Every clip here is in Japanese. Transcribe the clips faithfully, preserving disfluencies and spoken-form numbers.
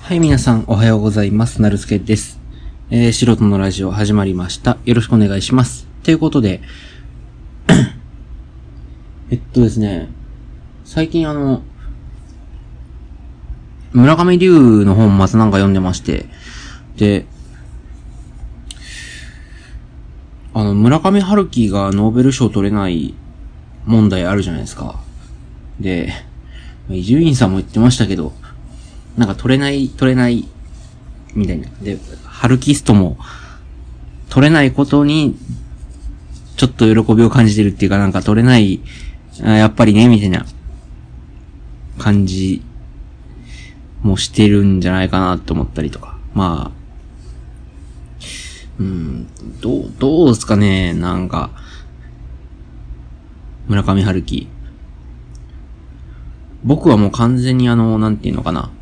はい、皆さんおはようございます。なるすけです。えー、素人のラジオ始まりました。よろしくお願いします。ということで、えっとですね、最近あの、村上龍の本またなんか読んでまして、で、あの、村上春樹がノーベル賞取れない問題あるじゃないですか。で、伊集院さんも言ってましたけど、なんか取れない、取れない、みたいな。で、春キストも、取れないことに、ちょっと喜びを感じてるっていうか、なんか取れない、やっぱりね、みたいな、感じ、もしてるんじゃないかなと思ったりとか。まあ、うん、どう、どうですかね、なんか、村上春樹。僕はもう完全にあの、なんていうのかな。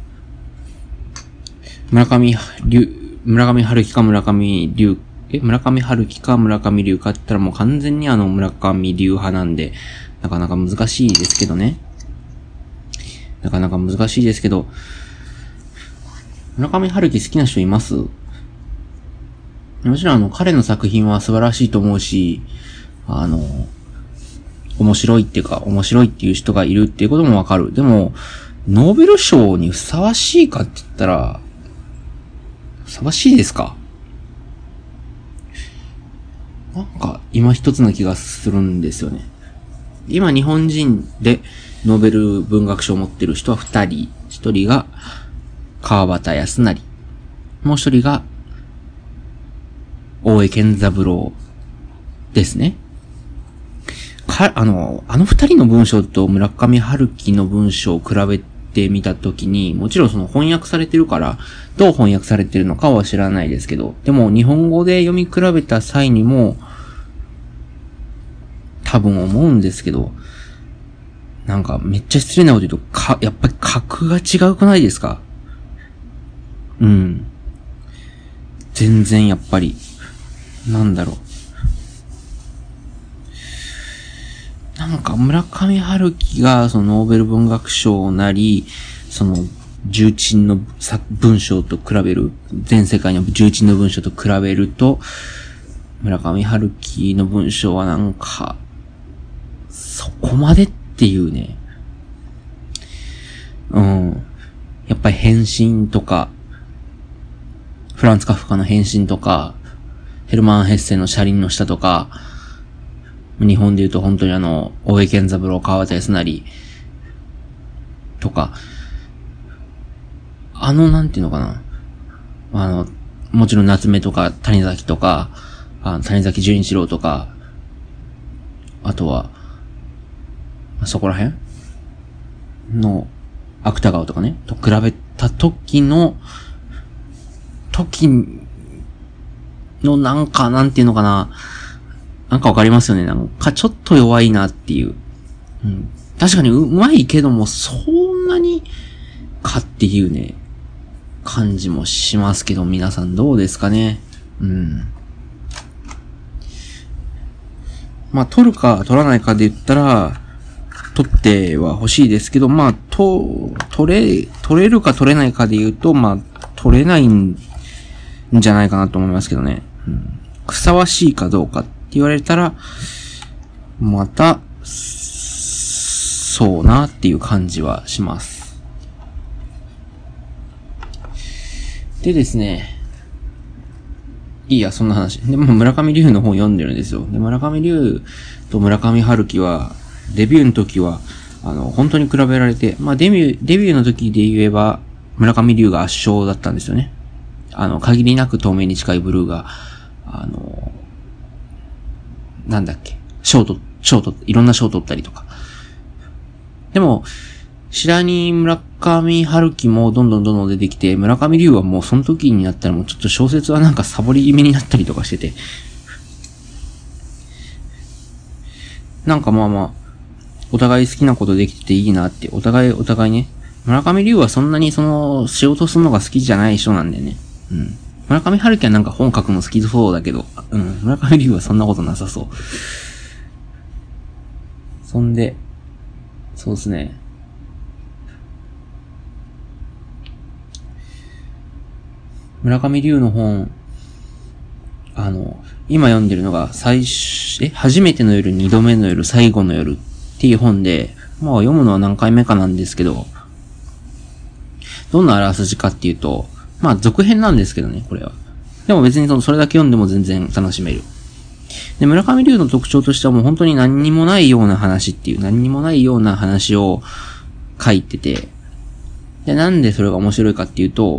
村上龍、村上春樹か村上龍、え、村上春樹か村上龍かって言ったらもう完全にあの村上龍派なんで、なかなか難しいですけどね。なかなか難しいですけど、村上春樹好きな人います？もちろんあの彼の作品は素晴らしいと思うし、あの、面白いっていうか面白いっていう人がいるっていうこともわかる。でも、ノーベル賞にふさわしいかって言ったら、ふさわしいですか？なんか、今一つな気がするんですよね。今日本人でノーベル文学賞を持ってる人は二人。一人が川端康成。もう一人が大江健三郎ですね。か、あの、あの二人の文章と村上春樹の文章を比べてみたときに、もちろんその翻訳されてるから、どう翻訳されてるのかは知らないですけど、でも日本語で読み比べた際にも、多分思うんですけど、なんかめっちゃ失礼なこと言うと、か、やっぱり格が違うくないですか？うん。全然やっぱり、なんだろう。なんか村上春樹がそのノーベル文学賞なり、その重鎮の文章と比べる、全世界の重鎮の文章と比べると、村上春樹の文章はなんか、そこまでっていうね。うん。やっぱり変身とか、フランツ・カフカの変身とか、ヘルマン・ヘッセの車輪の下とか、日本で言うと本当にあの、大江健三郎、川端康成とか、あの、なんていうのかな。あの、もちろん夏目とか谷崎とか、あの谷崎潤一郎とか、あとは、そこら辺の芥川とかね、と比べた時の、時のなんか、なんていうのかな。なんかわかりますよね。なんかちょっと弱いなっていう。うん、確かにうまいけども、そんなにかっていうね、感じもしますけど、皆さんどうですかね。うん。まあ、取るか取らないかで言ったら、取っては欲しいですけど、まあ、と、取れ、取れるか取れないかで言うと、まあ、取れないんじゃないかなと思いますけどね。うん、ふさわしいかどうかって言われたら、また、そうなっていう感じはします。でですね、いいや、そんな話。でも村上龍の本読んでるんですよ。で、村上龍と村上春樹は、デビューの時は、あの、本当に比べられて、まあデビュー、デビューの時で言えば、村上龍が圧勝だったんですよね。あの、限りなく透明に近いブルーが、あの、なんだっけ、賞と、賞と、いろんな賞を取ったりとか。でも、次第に村上春樹もどんどんどんどん出てきて、村上龍はもうその時になったらもうちょっと小説はなんかサボり気味になったりとかしてて。なんかまあまあ、お互い好きなことできてていいなって、お互いお互いね。村上龍はそんなにその、仕事するのが好きじゃない人なんだよね。うん。村上春樹はなんか本書くの好きそうだけど、うん。村上龍はそんなことなさそう。そんで、そうですね。 村上龍の本、あの、今読んでるのが最初、え、初めての夜、二度目の夜、最後の夜っていう本で、まあ読むのは何回目かなんですけど、どんなあらすじかっていうと、まあ続編なんですけどね、これは。でも別にそのそれだけ読んでも全然楽しめる。で、村上龍の特徴としてはもう本当に何にもないような話っていう、何にもないような話を書いてて、で、なんでそれが面白いかっていうと、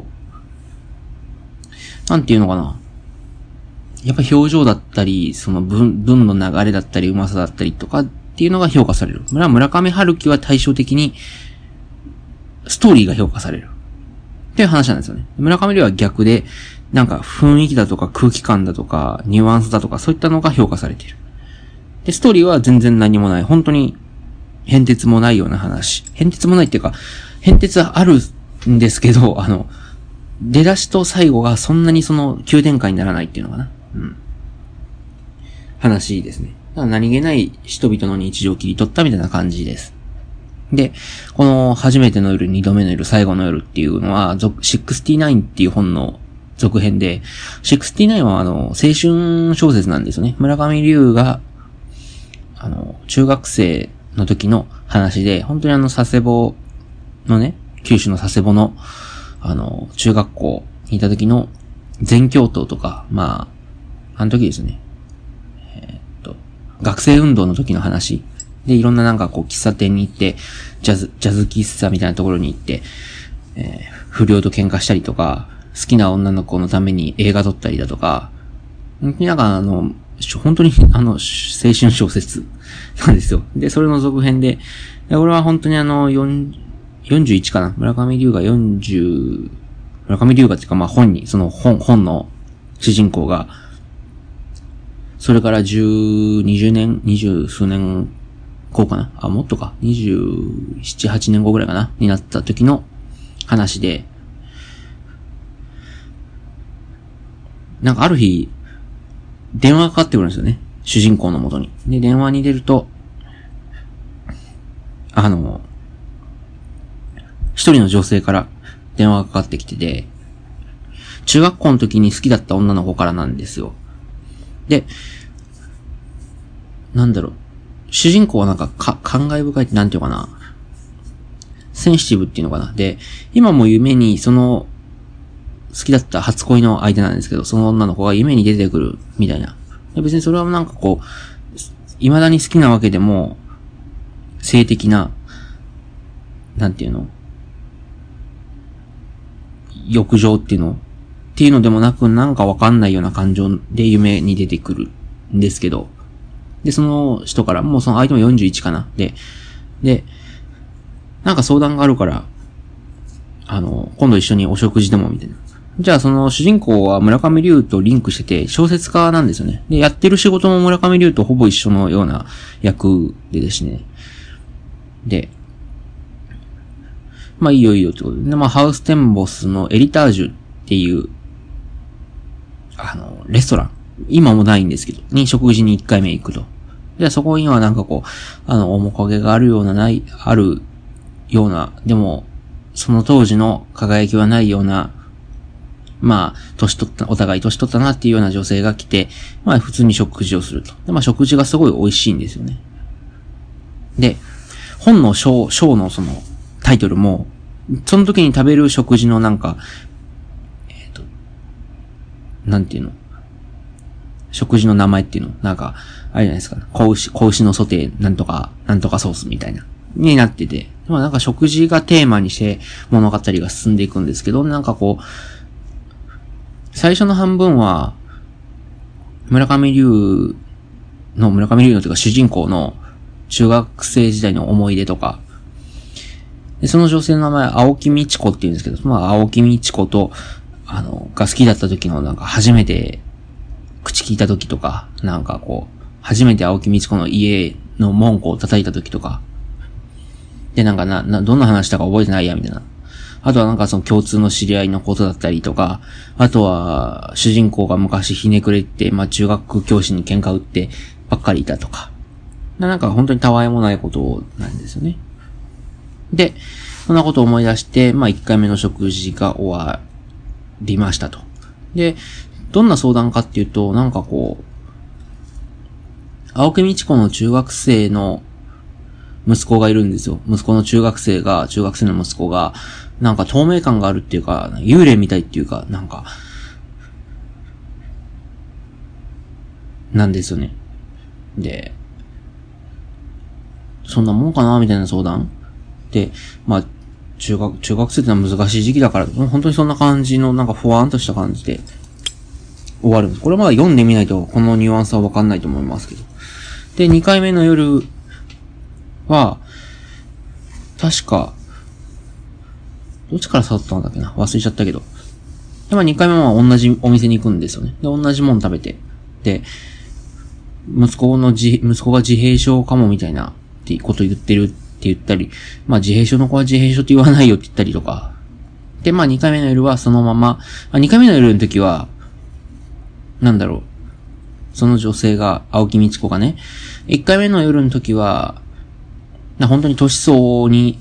なんていうのかな。やっぱ表情だったり、その文、文の流れだったり、うまさだったりとかっていうのが評価される。村村上春樹は対照的に、ストーリーが評価される。っていう話なんですよね。村上龍は逆で、なんか雰囲気だとか空気感だとか、ニュアンスだとか、そういったのが評価されている。で、ストーリーは全然何もない。本当に、変哲もないような話。変哲もないっていうか、変哲はあるんですけど、あの、出だしと最後がそんなにその急展開にならないっていうのかな。うん。話ですね。だから何気ない人々の日常を切り取ったみたいな感じです。で、この初めての夜、二度目の夜、最後の夜っていうのは、ろくじゅうきゅうっていう本の続編で、ろくじゅうきゅうはあの、青春小説なんですよね。村上龍が、あの、中学生の時の話で、本当にあの、佐世保のね、九州の佐世保の、あの、中学校にいた時の全教頭とか、まあ、あの時ですね。えーっと、学生運動の時の話。で、いろんななんかこう、喫茶店に行って、ジャズ、ジャズ喫茶みたいなところに行って、えー、不良と喧嘩したりとか、好きな女の子のために映画撮ったりだとか、なんかあの、本当にあの、青春小説なんですよ。で、それの続編で、で俺は本当にあの、よんじゅういちかな村上龍がよんじゅう、村上龍がっていうかまあ本に、その本、本の主人公が、それからじゅう、にじゅうねん、二十数年後かなあ、もっとか。にじゅうなな、はちねんごぐらいかなになった時の話で、なんかある日、電話がかかってくるんですよね。主人公の元に。で、電話に出ると、あの、一人の女性から電話がかかってきてて、中学校の時に好きだった女の子からなんですよ。で、なんだろう。主人公はなんかか、感慨深いってなんていうかな。センシティブっていうのかな。で、今も夢にその、好きだった初恋の相手なんですけど、その女の子が夢に出てくるみたいな。で別にそれはなんかこう、未だに好きなわけでも、性的な、なんていうの欲情っていうのっていうのでもなく、なんかわかんないような感情で夢に出てくるんですけど、で、その人から、もうその相手もよんじゅういちかな。で、で、なんか相談があるから、あの、今度一緒にお食事でもみたいな。じゃあその主人公は村上龍とリンクしてて、小説家なんですよね。で、やってる仕事も村上龍とほぼ一緒のような役でですね。で、まあいいよいいよってことで。で、まあハウステンボスのエリタージュっていう、あの、レストラン。今もないんですけど、に食事に一回目行くと。で、そこにはなんかこう、あの、面影があるような、ない、あるような、でも、その当時の輝きはないような、まあ、年取った、お互い年取ったなっていうような女性が来て、まあ普通に食事をすると。で、まあ食事がすごい美味しいんですよね。で、本の章、章のそのタイトルも、その時に食べる食事のなんか、えっと、なんていうの食事の名前っていうのなんか、あれじゃないですか。子牛、子牛のソテー、なんとか、なんとかソースみたいな。になってて。まあなんか食事がテーマにして物語が進んでいくんですけど、なんかこう、最初の半分は、村上龍の、村上龍のというか主人公の中学生時代の思い出とか、でその女性の名前、青木美智子って言うんですけど、まあ青木美智子と、あの、が好きだった時のなんか初めて、口聞いた時とか、なんかこう、初めて青木美智子の家の門戸を叩いた時とか、でなんかな、な、どんな話したか覚えてないや、みたいな。あとはなんかその共通の知り合いのことだったりとか、あとは主人公が昔ひねくれて、まあ中学教師に喧嘩売ってばっかりいたとか。なんか本当にたわいもないことなんですよね。で、そんなことを思い出して、まあ一回目の食事が終わりましたと。 で、どんな相談かっていうと、なんかこう、青木美智子の中学生の息子がいるんですよ。息子の中学生が、中学生の息子が、なんか透明感があるっていうか、幽霊みたいっていうか、なんか、なんですよね。で、そんなもんかなみたいな相談で、まあ、中学、中学生ってのは難しい時期だから、もう本当にそんな感じの、なんかふわーんとした感じで終わるんです。これまだ読んでみないと、このニュアンスはわかんないと思いますけど。で、にかいめの夜は、確か、どっちから誘ったんだっけな忘れちゃったけど。で、まあにかいめは同じお店に行くんですよね。で、同じもん食べて。で、息子の自、息子が自閉症かもみたいな、ってこと言ってるって言ったり、まあ自閉症の子は自閉症って言わないよって言ったりとか。で、まあにかいめの夜はそのまま、まあにかいめの夜の時は、なんだろう。その女性が、青木美智子がね、いっかいめの夜の時は、本当に年相応に、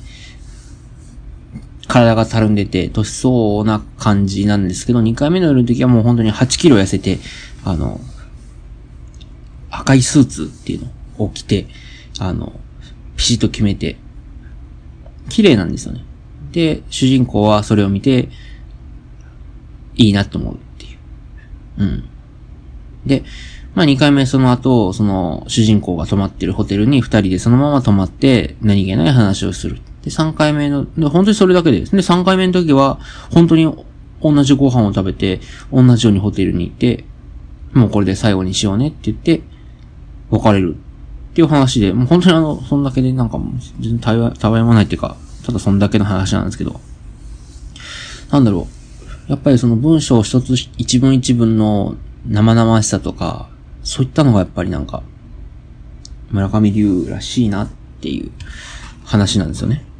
体がたるんでて、年相応な感じなんですけど、にかいめの夜の時はもう本当にはちキロ痩せて、あの、赤いスーツっていうのを着て、あの、ピシッと決めて、綺麗なんですよね。で、主人公はそれを見て、いいなと思うっていう。うん。で、まあにかいめその後、その主人公が泊まってるホテルにふたりでそのまま泊まって何気ない話をする。で、さんかいめの、で本当にそれだけです。で、さんかいめの時は、本当に同じご飯を食べて、同じようにホテルに行って、もうこれで最後にしようねって言って、別れるっていう話で、もう本当にあの、そんだけでなんかもう、全然たわ、たわいもないっていうか、ただそんだけの話なんですけど、なんだろう。やっぱりその文章一つ、一文一文の生々しさとか、そういったのがやっぱりなんか、村上龍らしいなっていう話なんですよね。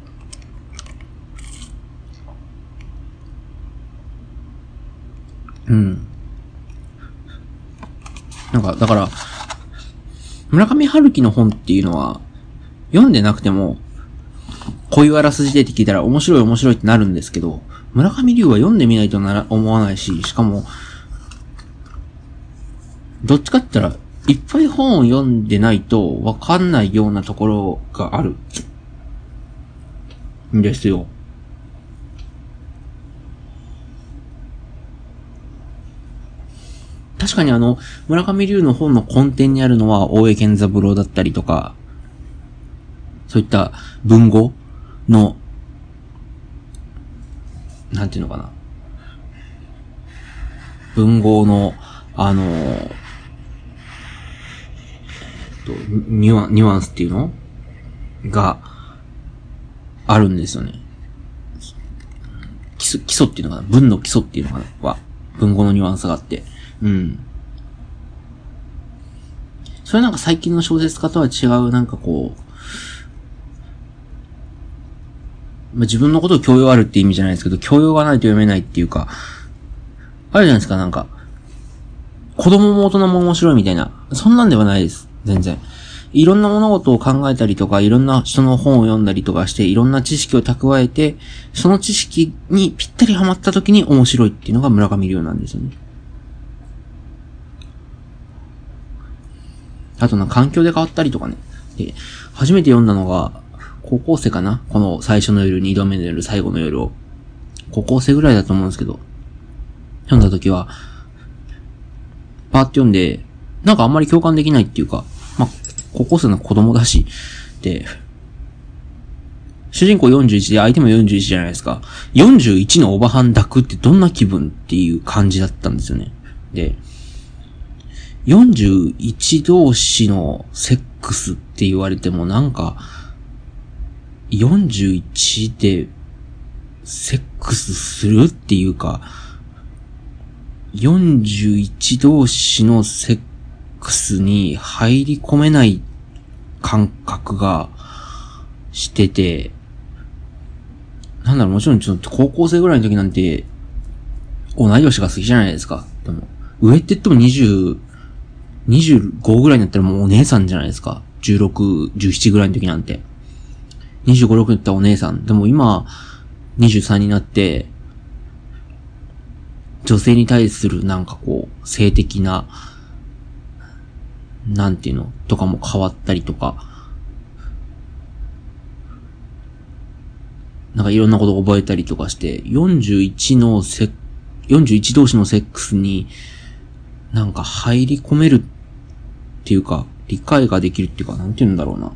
うん。なんか、だから、村上春樹の本っていうのは、読んでなくても、こういうあらすじでって聞いたら面白い面白いってなるんですけど、村上龍は読んでみないとなら思わないし、しかも、どっちかって言ったら、いっぱい本を読んでないとわかんないようなところがあるんですよ。確かにあの、村上龍の本の根底にあるのは大江健三郎だったりとか、そういった文語の、なんていうのかな。文豪の、あの、ニュアン、ニュアンスっていうのがあるんですよね。基礎、基礎っていうのかな。文の基礎っていうのかなは、文語のニュアンスがあって。うん。それなんか最近の小説家とは違う、なんかこう、まあ、自分のことを教養あるって意味じゃないですけど、教養がないと読めないっていうか、あるじゃないですか、なんか。子供も大人も面白いみたいな。そんなんではないです。全然。いろんな物事を考えたりとか、いろんな人の本を読んだりとかして、いろんな知識を蓄えて、その知識にぴったりハマった時に面白いっていうのが村上龍なんですよね。あとな、環境で変わったりとかね。で、初めて読んだのが、高校生かな？この最初の夜、二度目の夜、最後の夜を。高校生ぐらいだと思うんですけど、読んだ時は、パーって読んで、なんかあんまり共感できないっていうか、まあ、高校生の子供だし、で、主人公よんじゅういちで相手もよんじゅういちじゃないですか。よんじゅういちのオバハン抱くってどんな気分っていう感じだったんですよね。で、よんじゅういち同士のセックスって言われてもなんか、よんじゅういちでセックスするっていうか、よんじゅういち同士のセックスに入り込めない感覚がしてて、なんだろう、もちろんちょっと高校生ぐらいの時なんて、同い年が好きじゃないですか。でも、上って言ってもにじゅう、にじゅうごぐらいになったらもうお姉さんじゃないですか。じゅうろく、じゅうななぐらいの時なんて。にじゅうご、ろくになったらお姉さん。でも今、にじゅうさんになって、 女性に対するなんかこう、性的な、なんていうのとかも変わったりとか、なんかいろんなことを覚えたりとかして、よんじゅういちのセ、よんじゅういち同士のセックスになんか入り込めるっていうか、理解ができるっていうか、なんていうんだろうな。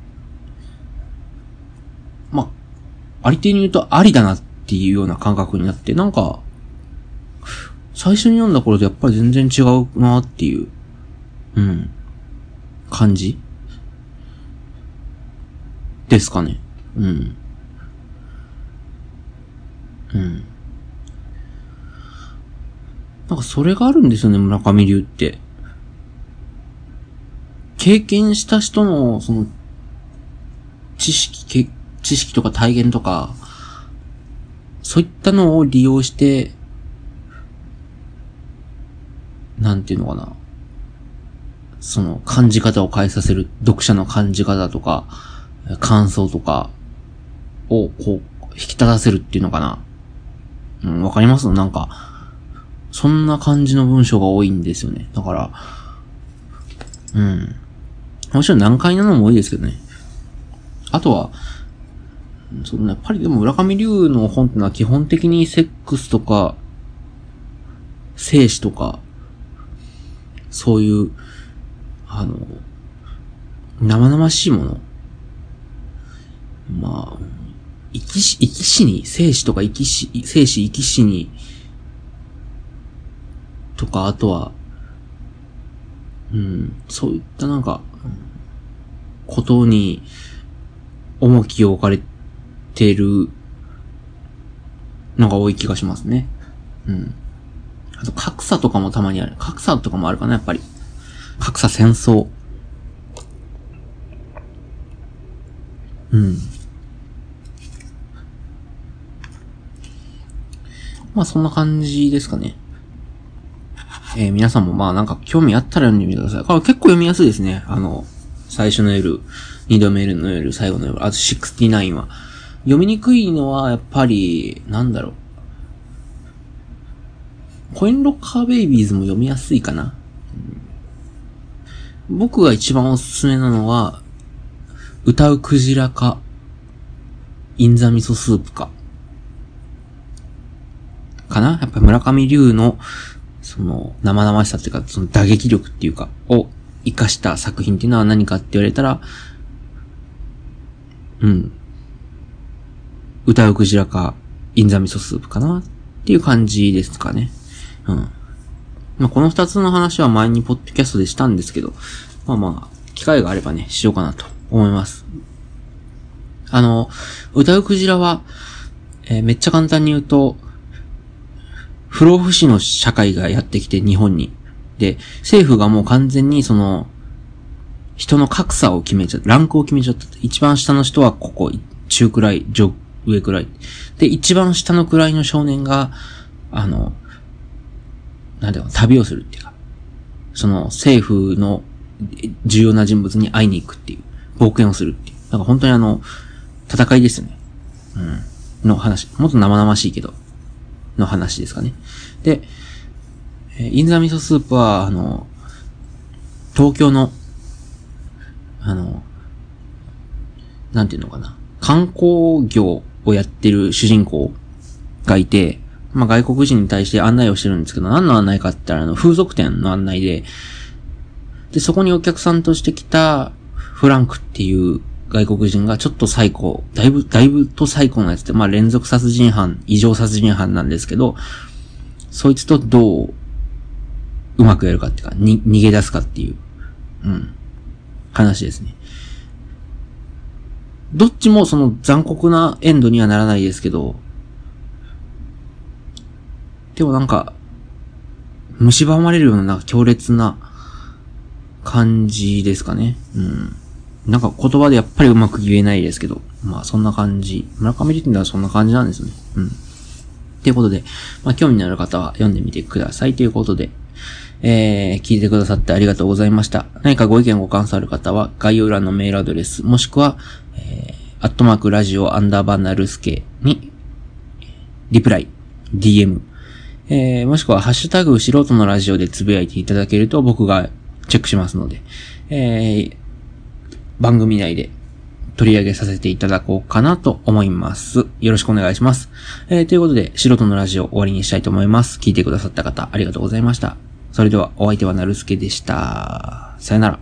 まあ、ありていに言うとありだなっていうような感覚になって、なんか、最初に読んだ頃とやっぱり全然違うなっていう、うん、感じですかね。うん。うん。なんかそれがあるんですよね、村上龍って。経験した人の、その、知識、知識とか体験とか、そういったのを利用して、なんていうのかな。その、感じ方を変えさせる、読者の感じ方とか、感想とか、を、こう、引き立たせるっていうのかな。うん、わかります？なんか、そんな感じの文章が多いんですよね。だから、うん。もちろん難解なのも多いですけどね。あとは、そのやっぱりでも村上龍の本ってのは基本的にセックスとか、生死とか、そういう、あの、生々しいもの。まあ、生き死、生き死に、生死とか生き死、生死生き死に、とか、あとは、うん、そういったなんか、ことに、重きを置かれているのが多い気がしますね。うん。あと、格差とかもたまにある。格差とかもあるかな、やっぱり。格差戦争。うん。まあ、そんな感じですかね。えー、皆さんもまあなんか興味あったら読んでみてください。これ結構読みやすいですね。あの、最初の夜、二度目の夜、最後の夜、あとろくじゅうきゅうは。読みにくいのはやっぱり、なんだろう。コインロッカーベイビーズも読みやすいかな。うん、僕が一番おすすめなのは、歌うクジラか、インザ味噌スープか。かな？やっぱり村上龍の、その、生々しさっていうか、その打撃力っていうか、を活かした作品っていうのは何かって言われたら、うん。歌うクジラか、インザ味噌スープかなっていう感じですかね。うん。まあ、この二つの話は前にポッドキャストでしたんですけど、まあまあ、機会があればね、しようかなと思います。あの、歌うクジラは、えー、めっちゃ簡単に言うと、不老不死の社会がやってきて日本に。で、政府がもう完全にその、人の格差を決めちゃった。ランクを決めちゃった。一番下の人はここ、中くらい、上、上くらい。で、一番下のくらいの少年が、あの、なんだろう、旅をするっていうか、その政府の重要な人物に会いに行くっていう、冒険をするっていう。なんか本当にあの、戦いですよね。うん。の話。もっと生々しいけど、の話ですかね。で、えー、インザ味噌スープは、あの、東京の、あの、なんていうのかな。観光業をやってる主人公がいて、まあ、外国人に対して案内をしてるんですけど、何の案内かって言ったら、あの、風俗店の案内で、で、そこにお客さんとして来た、フランクっていう外国人がちょっとサイコ、だいぶ、だいぶとサイコなやつで、まあ、連続殺人犯、異常殺人犯なんですけど、そいつとどう、うまくやるかっていうか、に、逃げ出すかっていう、うん、話ですね。どっちもその残酷なエンドにはならないですけど、でもなんか、蝕まれるようななんか強烈な感じですかね。うん。なんか言葉でやっぱりうまく言えないですけど、まあそんな感じ。村上龍ってのはそんな感じなんですね。うん。ということで、まあ興味のある方は読んでみてくださいということで、えー、聞いてくださってありがとうございました。何かご意見ご感想ある方は概要欄のメールアドレス、もしくは、えー、アットマークラジオアンダーバーナルスケに、リプライ、ディーエム、 えー、もしくはハッシュタグ素人のラジオでつぶやいていただけると僕がチェックしますので、えー、番組内で取り上げさせていただこうかなと思います。よろしくお願いします。えー、ということで、素人のラジオ終わりにしたいと思います。聞いてくださった方ありがとうございました。それではお相手はなるすけでした。さよなら。